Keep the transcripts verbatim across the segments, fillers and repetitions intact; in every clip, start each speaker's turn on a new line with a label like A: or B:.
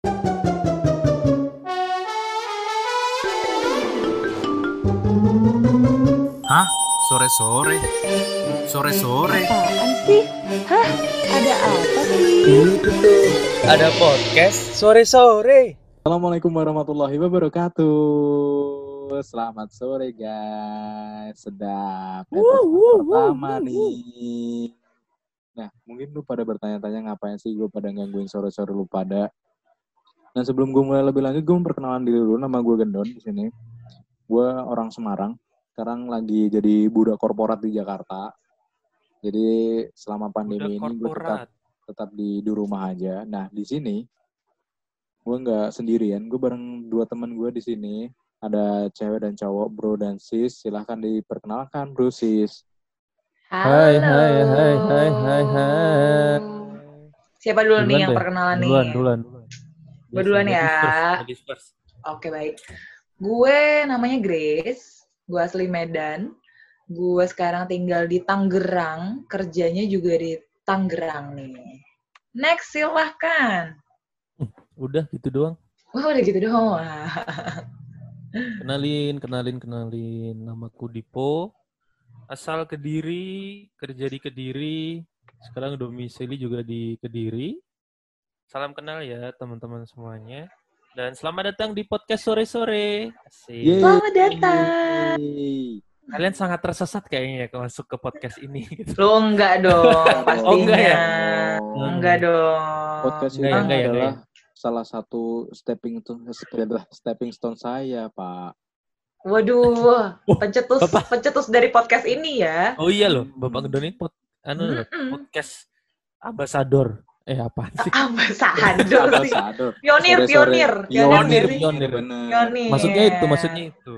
A: Hah? Sore-sore? Sore-sore?
B: Apaan sih? Hah? Ada apa sih?
C: Itu tuh ada podcast sore-sore.
D: Assalamualaikum warahmatullahi wabarakatuh. Selamat sore guys. Sedap. Episode pertama nih. Nah, mungkin lu pada bertanya-tanya ngapain sih gue pada gangguin sore-sore lu pada. Nah, sebelum gue mulai lebih lanjut, gue mau perkenalan diri dulu. Nama gue Gendon di sini. Gue orang Semarang. Sekarang lagi jadi budak korporat di Jakarta. Jadi selama pandemi
C: Budak
D: ini gue tetap tetap di, di rumah aja. Nah, di sini gue nggak sendirian. Gue bareng dua teman gue di sini. Ada cewek dan cowok, bro dan sis. Silahkan diperkenalkan, bro sis.
C: Hai hai hai hai hai hai.
B: Siapa dulu nih
C: Duluan
B: yang
C: deh.
B: perkenalan
C: Duluan,
B: nih?
C: duluan, duluan.
B: Gue duluan
C: Ladies
B: ya.
C: first, ladies first.
B: Oke, baik. Gue namanya Grace. Gue asli Medan. Gue sekarang tinggal di Tangerang. Kerjanya juga di Tangerang nih. Next, silahkan.
C: Udah gitu doang.
B: Wah, udah gitu doang.
C: Kenalin, kenalin, kenalin. Namaku Dipo. Asal Kediri, kerja di Kediri. Sekarang domisili juga di Kediri. Salam kenal ya teman-teman semuanya. Dan selamat datang di podcast sore-sore. Asik.
D: Yeay.
B: Selamat datang.
C: Kalian sangat tersesat kayaknya ya kalau masuk ke podcast ini. Gitu.
B: Lo enggak dong, pastinya.
C: Oh, enggak ya?
B: Enggak dong.
D: Podcast
C: Enggak
D: ini
C: ya, enggak ya,
D: adalah
C: enggak
D: salah satu stepping to, stepping stone saya, Pak.
B: Waduh, pencetus
C: Bapak.
B: pencetus dari podcast ini ya.
C: Oh iya loh, Bapak Gedon ini pod, anu loh,
B: Mm-mm.
C: podcast ambasador. Eh apaan sih?
B: Ambasador sih.
D: Ambasador.
B: Pionir,
D: Sore-sore.
B: pionir.
C: Pionir,
B: sih?
C: pionir.
D: Bener.
B: Pionir.
C: Maksudnya itu, maksudnya itu.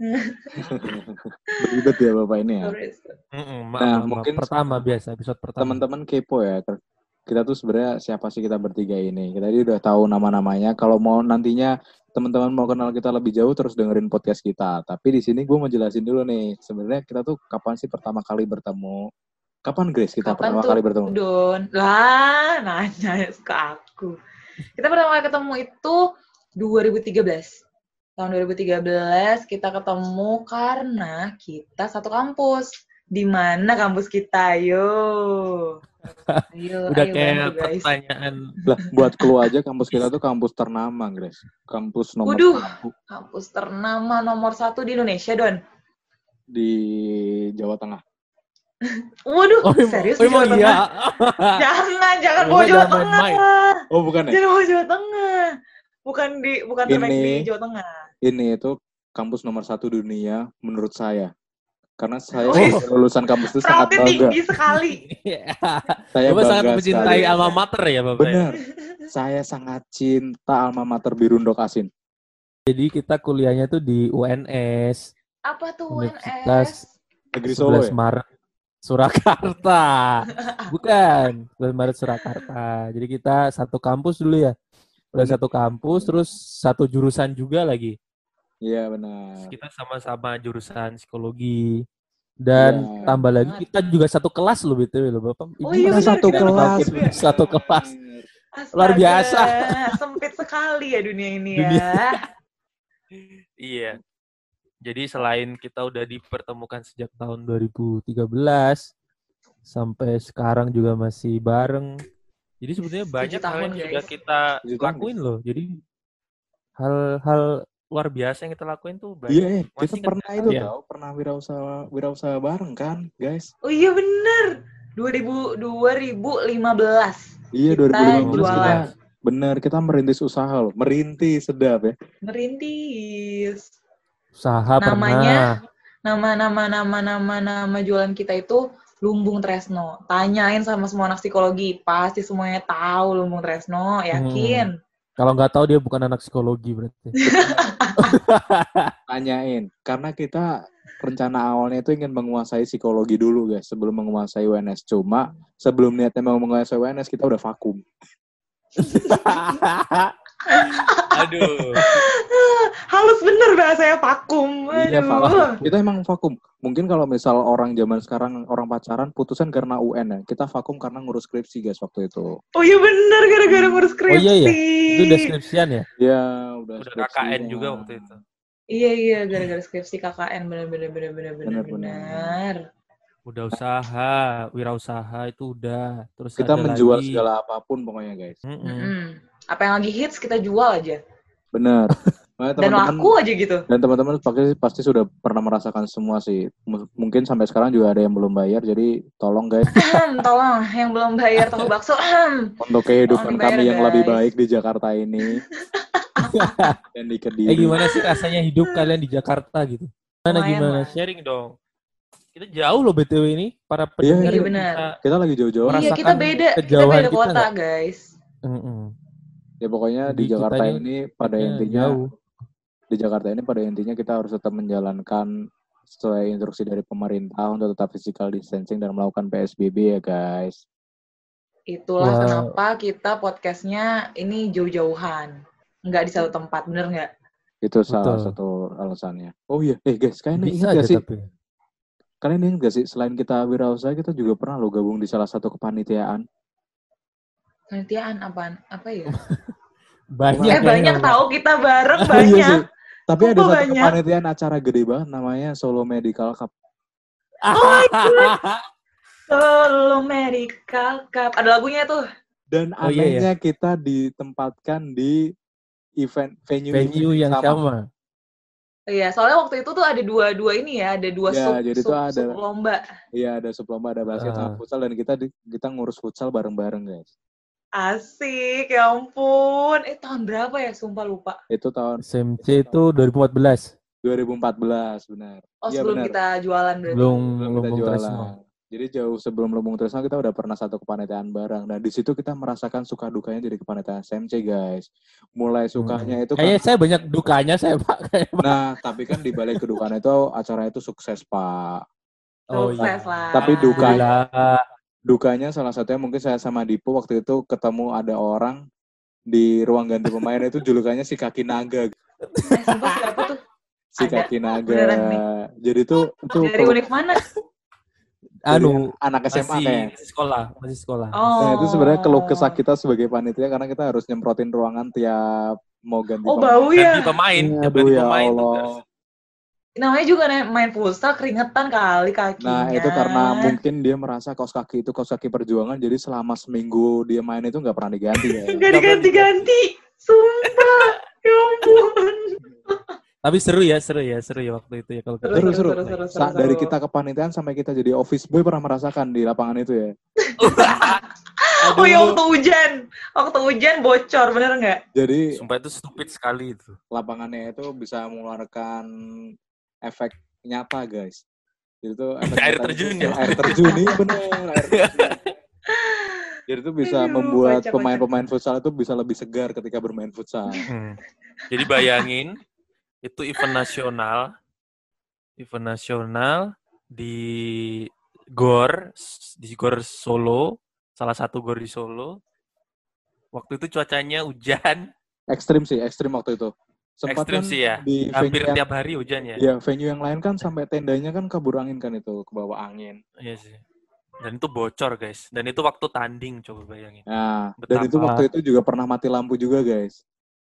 D: Beribet ya Bapak ini ya.
C: Mm-mm, maaf,
D: Nah,
C: maaf,
D: mungkin
C: maaf. Pertama biasa, episode pertama.
D: Teman-teman kepo ya. Kita tuh sebenarnya siapa sih kita bertiga ini? Kita tadi udah tahu nama-namanya. Kalau mau nantinya teman-teman mau kenal kita lebih jauh, terus dengerin podcast kita. Tapi di sini gue mau jelasin dulu nih. Sebenarnya kita tuh kapan sih pertama kali bertemu? Kapan Grace kita
B: Kapan
D: pertama
B: tuh,
D: kali bertemu?
B: Don? Lah, nanya ke aku. Kita pertama kali ketemu itu dua ribu tiga belas. Tahun dua ribu tiga belas kita ketemu karena kita satu kampus. Di mana kampus kita? Ayo. Ayo,
C: Udah
B: ayo
C: kayak
B: bantu, guys.
C: pertanyaan.
D: Lah, buat clue aja kampus kita tuh kampus ternama, Grace. Kampus nomor
B: Waduh.
D: satu
B: Kampus ternama nomor satu di Indonesia, Don.
D: di Jawa Tengah.
B: Waduh,
C: Oh,
B: serius
C: oh,
B: di Jawa
C: emang iya.
B: Tengah? Jangan, jangan
C: Emang
B: bawa Jawa
C: jangan
B: Tengah.
C: main-main.
D: Oh, bukan ya?
B: Jangan bawa Jawa Tengah. Bukan di bukan
D: Ini-
B: terbaik di Jawa Tengah.
D: Ini itu kampus nomor satu dunia menurut saya. Karena saya
B: Oh.
D: sebagai lulusan kampus itu sangat
B: Proudnya
D: bangga.
B: tinggi sekali.
D: Saya
C: Bapak sangat
D: bangga
C: mencintai
D: sekali.
C: alma mater ya, Bapak. ya?
D: Benar. Saya sangat cinta alma mater Birundok Asin.
C: Jadi kita kuliahnya tuh di U N S,
B: Apa tuh U N S?
C: Universitas
D: Negeri Solo
C: sebelas
D: ya?
C: Maret Surakarta. Bukan, sebelas Maret Surakarta. Jadi kita satu kampus dulu ya. Udah satu kampus, terus satu jurusan juga lagi.
D: Iya benar.
C: Kita sama-sama jurusan psikologi. Dan
D: Iya.
C: tambah lagi kita juga satu kelas loh B T W loh Bapak.
B: Oh
C: Ibu
B: iya,
C: kan
B: benar,
D: satu
B: kita
D: kelas.
B: satu kelas.
C: Satu kelas.
B: Astaga,
C: Luar biasa.
B: Sempit sekali ya dunia ini
C: Dunia.
B: ya.
C: Iya. Jadi selain kita udah dipertemukan sejak tahun dua ribu tiga belas sampai sekarang juga masih bareng. Jadi sebetulnya banyak hal
B: tahun,
C: yang
B: guys.
C: sudah kita
D: Tujuh tahun,
C: lakuin loh. Jadi hal-hal luar biasa yang kita lakuin tuh banyak.
D: Iya, eh, kita
C: Masih ingat
D: pernah
C: nggak?
D: itu
C: Iya.
D: tau, pernah wirausaha wirausaha bareng kan, guys?
B: Oh iya bener. dua ribu dua ribu lima belas.
D: Iya,
B: Kita
D: dua ribu lima belas
B: jualan.
D: kita bener kita merintis usaha loh, merintis sedap ya.
B: Merintis.
C: Usaha
B: Namanya-
C: pernah.
B: Nama-nama nama-nama nama jualan kita itu Lumbung Tresno. Tanyain sama semua anak psikologi, pasti semuanya tahu Lumbung Tresno, yakin.
C: Kalau nggak tahu dia bukan anak psikologi berarti.
D: Tanyain, karena kita rencana awalnya itu ingin menguasai psikologi dulu guys, sebelum menguasai U N S. Cuma sebelum niatnya mau menguasai U N S kita udah vakum.
C: Aduh.
B: halus bener bahasanya vakum.
D: Iya,
B: Aduh.
D: vakum. Kita emang vakum. Mungkin kalau misal orang zaman sekarang orang pacaran putusan karena U N ya. Kita vakum karena ngurus skripsi guys waktu itu.
B: Oh iya bener, gara-gara ngurus skripsi.
C: Oh iya ya, itu udah skripsian ya?
D: Iya, udah
C: Udah K K N
D: skripsian.
C: juga waktu itu.
B: Iya iya, gara-gara skripsi K K N bener bener bener bener bener
D: Bener,
B: bener.
C: Udah usaha, wirausaha itu udah. Terus
D: Kita
C: ada
D: menjual
C: lagi.
D: segala apapun pokoknya guys.
C: Mm-mm.
B: Mm-mm. Apa yang lagi hits kita jual aja.
D: Bener. Makanya
B: Dan
D: teman-teman
B: laku aja gitu.
D: dan teman-teman pasti pasti sudah pernah merasakan semua sih. M- mungkin sampai sekarang juga ada yang belum bayar. Jadi tolong guys
B: Ahem, tolong yang belum bayar tahu bakso. Ahem.
D: untuk kehidupan
B: Tolong dibayar,
D: kami yang
B: guys.
D: lebih baik di Jakarta ini dan di Kediri.
C: Eh gimana sih rasanya hidup kalian di Jakarta gitu? Gimana
B: Lumayan
C: gimana?
B: lah.
C: Sharing dong. Kita jauh loh B T W ini para
D: Iya,
C: pendengar
B: iya,
C: yang
B: benar.
C: bisa-
D: Kita lagi jauh-jauh.
C: Merasa-
B: Iya kita
C: Merasakan
B: beda, kita
C: kejauhan
B: beda
C: kita
B: kota
C: nggak?
B: guys.
C: Mm-mm.
D: Ya pokoknya
C: Jadi
D: di
C: kita
D: Jakarta
C: ini-
D: ini pada
C: Ya,
D: intinya
C: jauh.
D: di Jakarta ini pada intinya kita harus tetap menjalankan sesuai instruksi dari pemerintah untuk tetap physical distancing dan melakukan P S B B ya guys.
B: Itulah
C: Wah.
B: kenapa kita podcastnya ini jauh-jauhan. Nggak di satu tempat, bener nggak?
D: Itu salah
C: Betul.
D: satu alasannya. Oh iya, eh guys, kalian
C: Bisa
D: ingat
C: aja
D: gak sih?
C: tapi.
D: Kalian ingat gak sih selain kita wirausaha kita juga pernah lo gabung di salah satu kepanitiaan.
B: Panitiaan apaan? Apa ya?
C: Banyak
B: eh
C: ya
B: banyak
C: yang-
B: tahu kita bareng
D: Iya
B: banyak.
D: sih. Tapi ada
B: Kok
D: satu
B: banyak?
D: kepanitiaan acara gede banget namanya Solo Medical Cup.
B: Solo Medical Cup. Ada lagunya tuh.
D: Dan
C: Oh, iya, iya.
D: anehnya kita ditempatkan di event venue,
C: Venue yang sama.
B: Iya, soalnya waktu itu tuh ada dua-dua ini ya, ada dua
D: Ya,
B: sub,
D: jadi
B: sub,
D: tuh ada-
B: sub lomba.
D: Iya, ada sub lomba, ada basket sama
C: Ah.
D: futsal dan kita di- kita ngurus futsal bareng-bareng guys.
B: Asik, ya ampun. Eh tahun berapa ya? Sumpah lupa.
D: Itu tahun
C: S M C itu dua ribu empat belas.
D: dua ribu empat belas benar.
B: Oh
D: Iya,
B: sebelum
D: benar.
B: kita jualan berarti.
C: Belum
D: Sebelum kita
C: Lumbung
D: jualan.
C: Tresno.
D: Jadi jauh sebelum Lumbung Tresno kita udah pernah satu kepanitiaan bareng. Nah, di situ kita merasakan suka dukanya jadi kepanitiaan S M C, guys. Mulai sukanya itu
C: Kayaknya
D: kan,
C: saya banyak dukanya saya Pak. Kayak-
D: nah, tapi kan di balik kedukaan itu acara itu sukses, Pak.
C: Oh
B: Sukses
C: iya.
B: lah.
D: Tapi duka-
C: Alhamdulillah.
D: Dukanya salah satunya mungkin saya sama Dipo waktu itu ketemu ada orang di ruang ganti pemain itu julukannya si kaki naga.
B: Eh sumpah siapa tuh?
D: Si
B: Ada.
D: kaki naga.
B: Beneran nih?
D: Jadi tuh itu
B: Dari
D: kalau-
B: univ mana?
C: Anu,
D: anak S M A
C: masih
D: kayak.
C: sekolah, masih sekolah.
B: Oh.
D: Nah, itu sebenarnya keluh kesah kita sebagai panitia karena kita harus nyemprotin ruangan tiap mau ganti
B: Oh
D: pemain.
B: bau ya.
C: Ganti pemain, tiap
D: Aduh
C: ganti
D: ya
C: pemain
D: Allah.
C: tugas.
B: Namanya juga nih, main futsal keringetan kali kakinya.
D: Nah, itu karena mungkin dia merasa kaos kaki itu kaos kaki perjuangan, jadi selama seminggu dia main itu nggak pernah diganti ya.
B: Gak diganti-ganti. Sumpah. Ya ampun.
C: Tapi seru ya, seru ya, seru ya waktu itu ya kalau
B: Seru,
D: Seru,
B: seru,
D: seru.
B: seru, seru,
D: Sa-
B: seru.
D: dari kita kepanitiaan sampai kita jadi office boy pernah merasakan di lapangan itu ya.
B: Oh ya waktu hujan. Waktu hujan bocor, bener nggak?
D: Jadi
C: Sumpah itu stupid sekali itu.
D: lapangannya itu bisa mengeluarkan efek nyata, guys. Jadi itu efek
C: Air
D: nyata
C: terjun
D: itu-
C: ya?
D: Air terjun, iya bener. Air terjun. Jadi itu bisa
B: Aduh,
D: membuat
B: kocak,
D: pemain-pemain futsal itu bisa lebih segar ketika bermain futsal.
C: Hmm. Jadi bayangin itu event nasional, event nasional di Gor, di Gor Solo, salah satu Gor di Solo. Waktu itu cuacanya hujan,
D: Ekstrim sih, ekstrim waktu itu. Sempat
C: ekstrim
D: kan
C: sih ya.
D: di
C: Hampir
D: venue yang,
C: tiap hari hujan ya.
D: ya, venue yang lain kan sampai tendanya kan kabur angin kan itu, ke bawah angin.
C: Iya sih. Dan itu bocor guys. Dan itu waktu tanding coba bayangin.
D: Nah, dan
C: Betapa-
D: itu waktu itu juga pernah mati lampu juga, guys.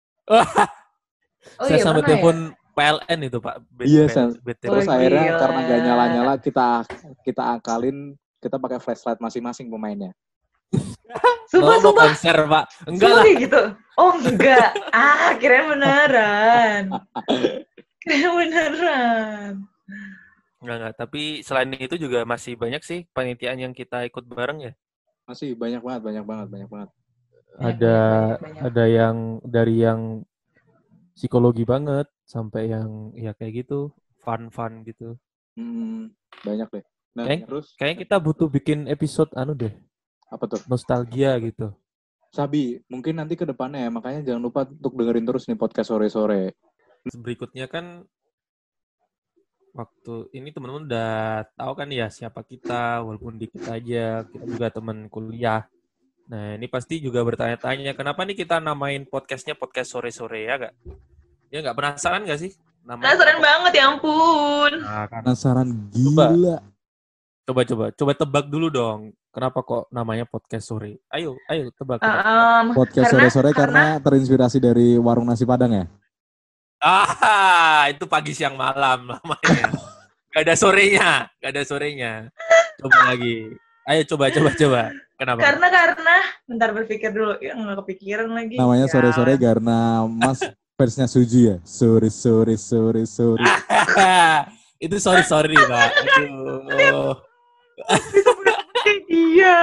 B: Oh
C: Saya
B: iya
C: sampai
B: pernah ya?
C: telepon P L N itu Pak. B-
D: Iya,
C: B-
D: San.
C: B T W.
D: Terus
B: Oh,
D: akhirnya
B: gila.
D: karena nggak nyala-nyala kita kita akalin kita pakai flashlight masing-masing pemainnya.
B: Sumpah,
C: Mau- mau
B: sumpah.
C: konser Pak. Enggak
B: Sumpah
C: lah.
B: kayak gitu. Oh enggak. Ah, kirain beneran. Kirain beneran.
C: Enggak, enggak. Tapi selain itu juga masih banyak sih panitiaan yang kita ikut bareng ya.
D: Masih banyak banget, banyak banget, banyak banget.
B: Banyak,
C: ada
B: banyak, banyak.
C: ada yang dari yang psikologi banget sampai yang ya kayak gitu, fun-fun gitu.
D: Hmm, banyak deh. Nah,
C: Kayak-
D: terus
C: Kayaknya kita butuh bikin episode anu deh,
D: apa tuh?
C: nostalgia gitu.
D: Sabi, mungkin nanti ke depannya ya, makanya jangan lupa untuk dengerin terus nih podcast sore-sore.
C: Berikutnya kan waktu ini teman-teman udah tahu kan ya siapa kita, walaupun dikit aja, kita juga teman kuliah. Nah, ini pasti juga bertanya-tanya, kenapa nih kita namain podcastnya podcast sore-sore ya gak? Ya nggak penasaran nggak sih? Namanya
B: Penasaran
C: apa?
B: banget ya ampun.
C: Nah, kan.
D: Penasaran gila.
C: Coba coba coba tebak dulu dong. Kenapa kok namanya podcast sore? Ayo, ayo tebak tebak.
B: Um,
D: Podcast
B: karena,
D: sore-sore karena,
B: karena
D: terinspirasi dari warung nasi Padang ya?
C: Ah, itu pagi siang malam namanya. Gak ada sorenya, gak ada sorenya. Coba lagi. Ayo coba coba coba. Kenapa?
B: karena karena bentar berpikir dulu. Ya nggak kepikiran lagi.
D: Namanya
B: Ya.
D: sore-sore karena Mas fansnya Suji ya? Sore, sore, sore, sore.
C: Itu sorry sorry Pak. Aduh.
B: Bisa bener-bener kayak dia.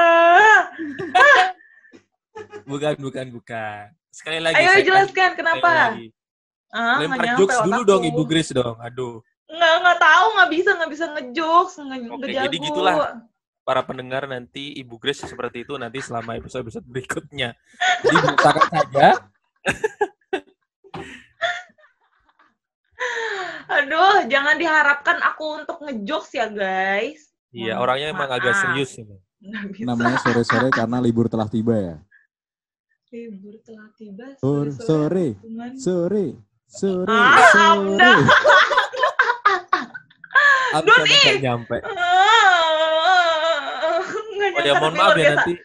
C: Bukan bukan bukan. Sekali lagi.
B: Ayo
C: saya
B: jelaskan
C: sekali
B: kenapa.
C: lagi.
B: Ah, nggak
C: Lempar
B: nyampe
C: jokes dulu
B: otakku.
C: dong Ibu Grace dong. Aduh.
B: Nggak, nggak tahu, nggak bisa, nggak bisa ngejokes, nggak,
C: Oke,
B: nggak
C: jadi
B: jago.
C: gitulah. Para pendengar nanti Ibu Grace seperti itu nanti selama episode-episode berikutnya. Jadi berusahakan saja.
B: Aduh, jangan diharapkan aku untuk ngejokes ya guys.
C: Iya,
B: Mohon
C: orangnya emang agak
B: maaf.
C: serius ini.
B: Nggak bisa.
D: Namanya sore-sore karena libur telah tiba ya?
B: Libur telah tiba.
D: Sore, sore, sore, sore,
B: Ah,
D: sore.
B: udah.
C: Aku
B: Don,
C: sama
B: ih.
C: nggak nyampe.
B: Nggak
C: Oh ya
B: nyangka,
C: mohon
B: tapi
C: maaf
B: luar
C: ya
B: biasa.
C: nanti.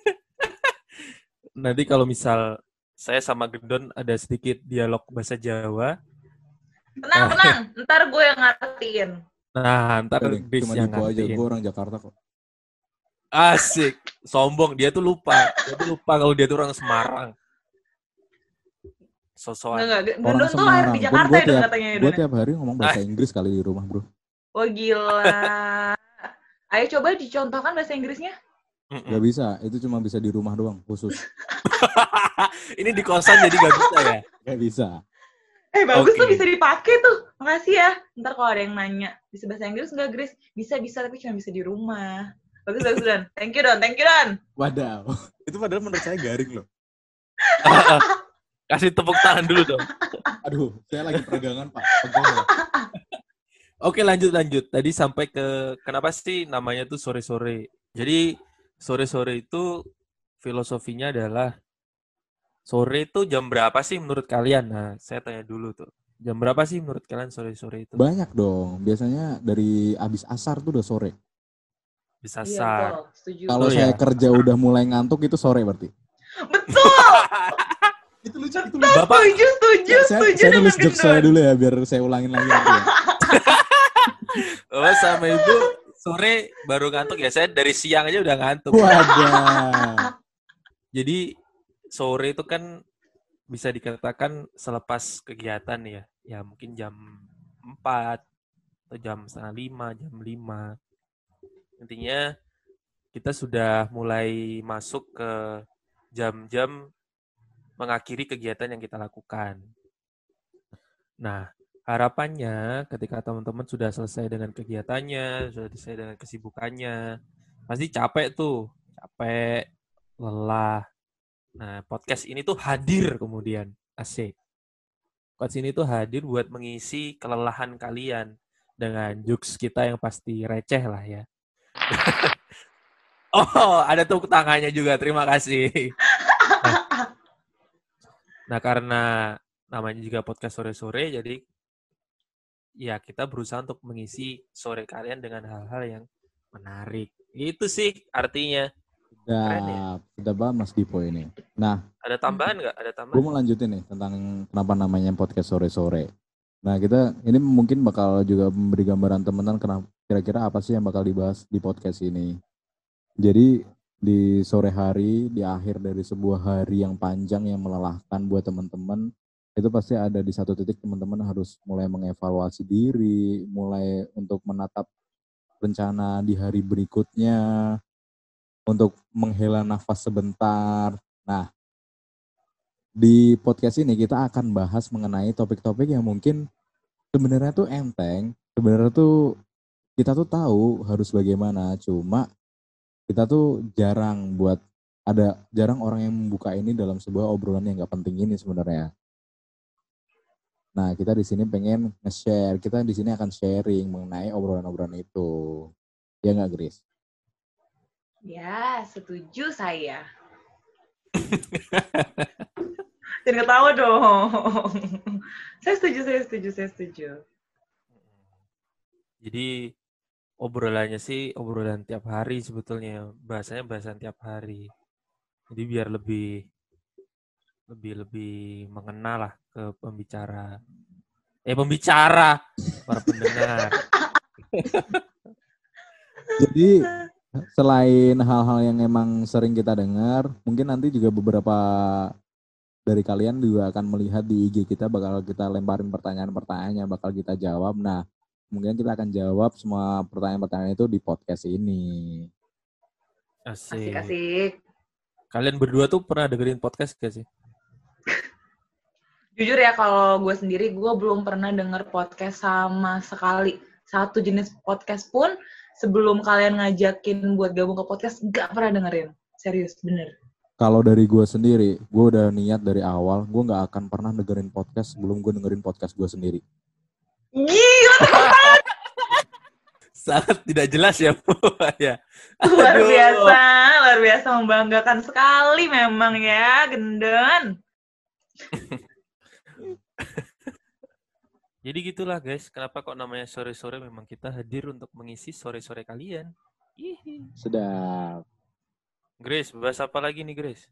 C: Nanti kalau misal saya sama Gendon ada sedikit dialog bahasa Jawa.
B: Tenang, tenang. Ntar gue yang ngertiin.
C: Nah, ntar
D: Udah deh,
C: Grace
D: cuma
C: yang
D: Dipo aja,
C: ngertiin.
D: gue orang Jakarta kok.
C: Asik. Sombong. Dia tuh lupa. Dia tuh lupa kalau dia tuh orang Semarang.
B: Enggak,
C: Sosokan.
B: enggak.
D: Orang
B: Gendon tuh lahir
D: Semarang
B: di
D: pun
B: Jakarta
D: gue
B: ya Don
D: tiap,
B: katanya ya
D: gue
B: Don.
D: tiap hari ngomong bahasa Inggris kali di rumah bro.
B: Oh gila. Ayo coba dicontohkan bahasa Inggrisnya.
C: Mm-mm.
D: Gak bisa, itu cuma bisa di rumah doang, khusus.
C: Ini di kosan jadi gak bisa ya?
D: Gak bisa.
B: Eh bagus
C: Oke.
B: tuh, bisa dipakai tuh. Makasih ya. Ntar kalau ada yang nanya, bisa bahasa Inggris nggak Grace? Bisa, bisa, tapi cuma bisa di rumah. Bagus, bagus Don. Thank you Don, thank you Don.
D: Wadaw. Itu padahal menurut saya garing loh.
C: Kasih tepuk tangan dulu dong.
D: Aduh, saya lagi peregangan Pak. Pegang ya.
C: Oke lanjut lanjut. Tadi sampai ke kenapa sih namanya tuh sore-sore. Jadi sore-sore itu filosofinya adalah sore itu jam berapa sih menurut kalian? Nah, saya tanya dulu tuh. Jam berapa sih menurut kalian sore-sore itu?
D: Banyak dong. Biasanya dari abis asar tuh udah sore.
C: Bisa
B: Iya
C: sar.
B: betul, setuju.
D: Kalau
C: Betul
D: saya
C: ya?
D: kerja udah mulai ngantuk itu sore berarti.
B: Betul,
D: Itu lucu, itu
C: Bapak
B: setuju, setuju,
D: saya,
B: setuju
D: saya
B: dengan
D: nulis jokes saya
B: Gendon.
D: dulu ya, biar saya ulangin lagi nanti ya.
C: oh sama ibu sore baru ngantuk ya. Saya dari siang aja udah ngantuk.
D: Wadah.
C: Jadi sore itu kan bisa dikatakan selepas kegiatan ya. Ya mungkin jam empat atau jam setengah lima, jam lima. Intinya kita sudah mulai masuk ke jam-jam mengakhiri kegiatan yang kita lakukan. Nah, harapannya ketika teman-teman sudah selesai dengan kegiatannya, sudah selesai dengan kesibukannya, pasti capek tuh, capek, lelah. Nah, podcast ini tuh hadir kemudian, asik. Podcast ini tuh hadir buat mengisi kelelahan kalian dengan jokes kita yang pasti receh lah ya. Oh, ada tepuk tangannya juga, terima kasih. Nah, nah karena namanya juga podcast sore-sore, jadi ya kita berusaha untuk mengisi sore kalian dengan hal-hal yang menarik. Itu sih artinya. Keren ya?
D: Udah, udah banget Mas Dipo ini. Nah,
C: Ada tambahan nggak? Ada
D: gue
C: tambahan?
D: mau lanjutin nih tentang kenapa namanya podcast sore-sore. Nah, kita ini mungkin bakal juga memberi gambaran teman-teman kenapa kira-kira apa sih yang bakal dibahas di podcast ini. Jadi di sore hari, di akhir dari sebuah hari yang panjang yang melelahkan buat teman-teman, itu pasti ada di satu titik teman-teman harus mulai mengevaluasi diri, mulai untuk menatap rencana di hari berikutnya, untuk menghela nafas sebentar. Nah, di podcast ini kita akan bahas mengenai topik-topik yang mungkin sebenarnya tuh enteng, sebenarnya tuh kita tuh tahu harus bagaimana, cuma kita tuh jarang buat ada jarang orang yang membuka ini dalam sebuah obrolan yang nggak penting ini sebenarnya. Nah, kita di sini pengen nge-share, kita di sini akan sharing mengenai obrolan-obrolan itu. Ya nggak, Grace?
B: Ya, setuju saya. Jangan ketawa dong. Saya setuju, saya setuju, saya setuju.
C: Jadi obrolannya sih obrolan tiap hari sebetulnya, bahasanya bahasan tiap hari. Jadi biar lebih lebih lebih mengenal lah ke pembicara. Eh pembicara, para pendengar.
D: Jadi selain hal-hal yang emang sering kita dengar, mungkin nanti juga beberapa dari kalian juga akan melihat di I G kita, bakal kita lemparin pertanyaan-pertanyaan yang bakal kita jawab. Nah, mungkin kita akan jawab semua pertanyaan-pertanyaan itu di podcast ini.
C: Asik.
B: Asik-asik.
C: Kalian berdua tuh pernah dengerin podcast gak sih?
B: Jujur ya, kalau gue sendiri, gue belum pernah denger podcast sama sekali. Satu jenis podcast pun, sebelum kalian ngajakin buat gabung ke podcast, gak pernah dengerin. Serius, bener.
D: Kalau dari gue sendiri, gue udah niat dari awal, gue gak akan pernah dengerin podcast sebelum gue dengerin podcast gue sendiri.
B: Gila!
C: Sangat tidak jelas ya, Bu. Ya.
B: Luar
C: Aduh.
B: biasa, luar biasa membanggakan sekali memang ya, Gendon.
C: Jadi gitulah guys, kenapa kok namanya sore-sore, memang kita hadir untuk mengisi sore-sore kalian. Hihi.
D: Sedap.
C: Grace, bahas apa lagi nih Grace?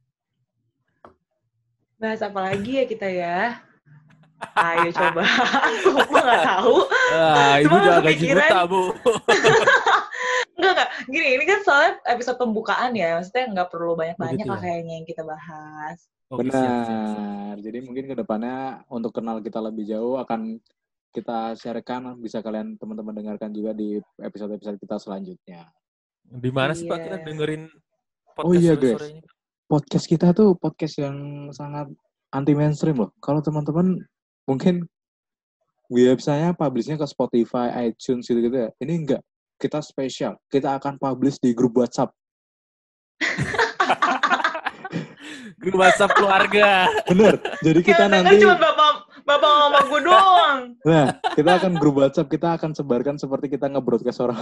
B: Bahas apa lagi ya kita ya? Ayo coba, aku nggak tahu.
C: Ah, ibu
B: Cuma
C: udah gaji
B: kepikiran.
C: buta, Bu.
B: Enggak, enggak. Gini, ini kan soalnya episode pembukaan ya. Maksudnya nggak perlu banyak-banyak
C: Begitu
B: lah
C: ya?
B: kayaknya yang kita bahas.
C: Oke,
D: Benar.
C: siap, siap, siap.
D: Jadi mungkin ke depannya untuk kenal kita lebih jauh akan kita sharekan, bisa kalian teman-teman dengarkan juga di episode-episode kita selanjutnya.
C: Di mana sih Pak
B: Iya.
C: kita dengerin podcast
D: Oh iya,
C: sore-sore
D: Grace.
C: ini?
D: Podcast kita tuh podcast yang sangat anti mainstream loh. Kalau teman-teman mungkin websitenya publishnya ke Spotify, iTunes gitu-gitu ya. Ini enggak. Kita spesial. Kita akan publish di grup WhatsApp.
C: Grup WhatsApp keluarga.
D: Bener. Jadi kita
B: Kita denger
D: nanti,
B: cuma bapak bapak mama gue doang.
D: nah kita akan grup WhatsApp, kita akan sebarkan seperti kita nge-broadcast orang.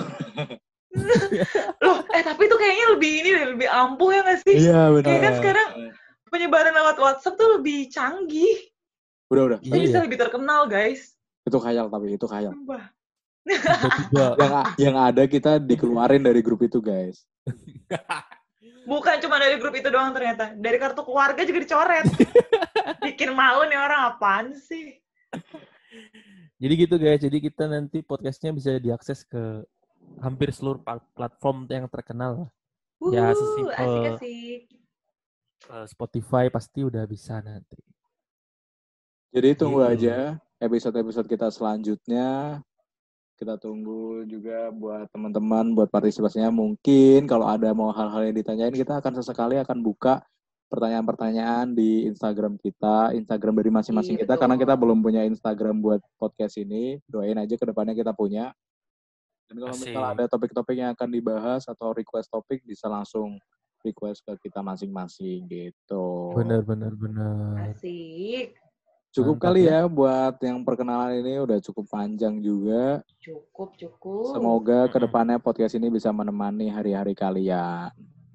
B: Loh, eh tapi itu kayaknya lebih ini deh, lebih ampuh ya nggak sih?
D: Iya benar.
B: Kayak kan sekarang penyebaran lewat WhatsApp tuh lebih canggih.
D: Udah udah.
B: Kita
C: Iya.
B: bisa lebih terkenal, guys.
D: Itu khayal tapi itu khayal.
B: Sumpah.
C: Tiba-tiba.
D: Yang yang ada kita dikeluarin dari grup itu guys.
B: Bukan cuma dari grup itu doang ternyata. Dari kartu keluarga juga dicoret. Bikin malu nih orang, apaan sih?
C: Jadi gitu guys, jadi kita nanti podcastnya bisa diakses ke hampir seluruh pal- platform yang terkenal. Ya,
B: Wuh,
C: sesimpel-
B: asik-asik.
C: Eh, Spotify pasti udah bisa nanti.
D: Jadi tunggu
C: Gitu.
D: aja episode-episode kita selanjutnya. Kita tunggu juga buat teman-teman, buat partisipasinya. Mungkin kalau ada mau hal-hal yang ditanyain, kita akan sesekali akan buka pertanyaan-pertanyaan di Instagram kita, Instagram dari masing-masing
B: Iya,
D: kita,
B: betul.
D: karena kita belum punya Instagram buat podcast ini. Doain aja ke depannya kita punya. Dan kalau
C: Asik.
D: misalnya ada topik-topik yang akan dibahas atau request topik, bisa langsung request ke kita masing-masing gitu.
C: Bener, bener, bener.
B: Asik.
D: Cukup
C: Mantap
D: kali
C: ya.
D: ya buat yang perkenalan ini, udah cukup panjang juga.
B: Cukup, cukup.
D: Semoga
C: Mm-mm.
D: kedepannya podcast ini bisa menemani hari-hari kalian.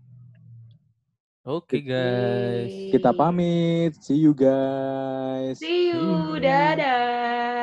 C: Oke guys.
B: Yeay.
D: Kita pamit, see you guys.
B: See you,
C: See you.
B: dadah.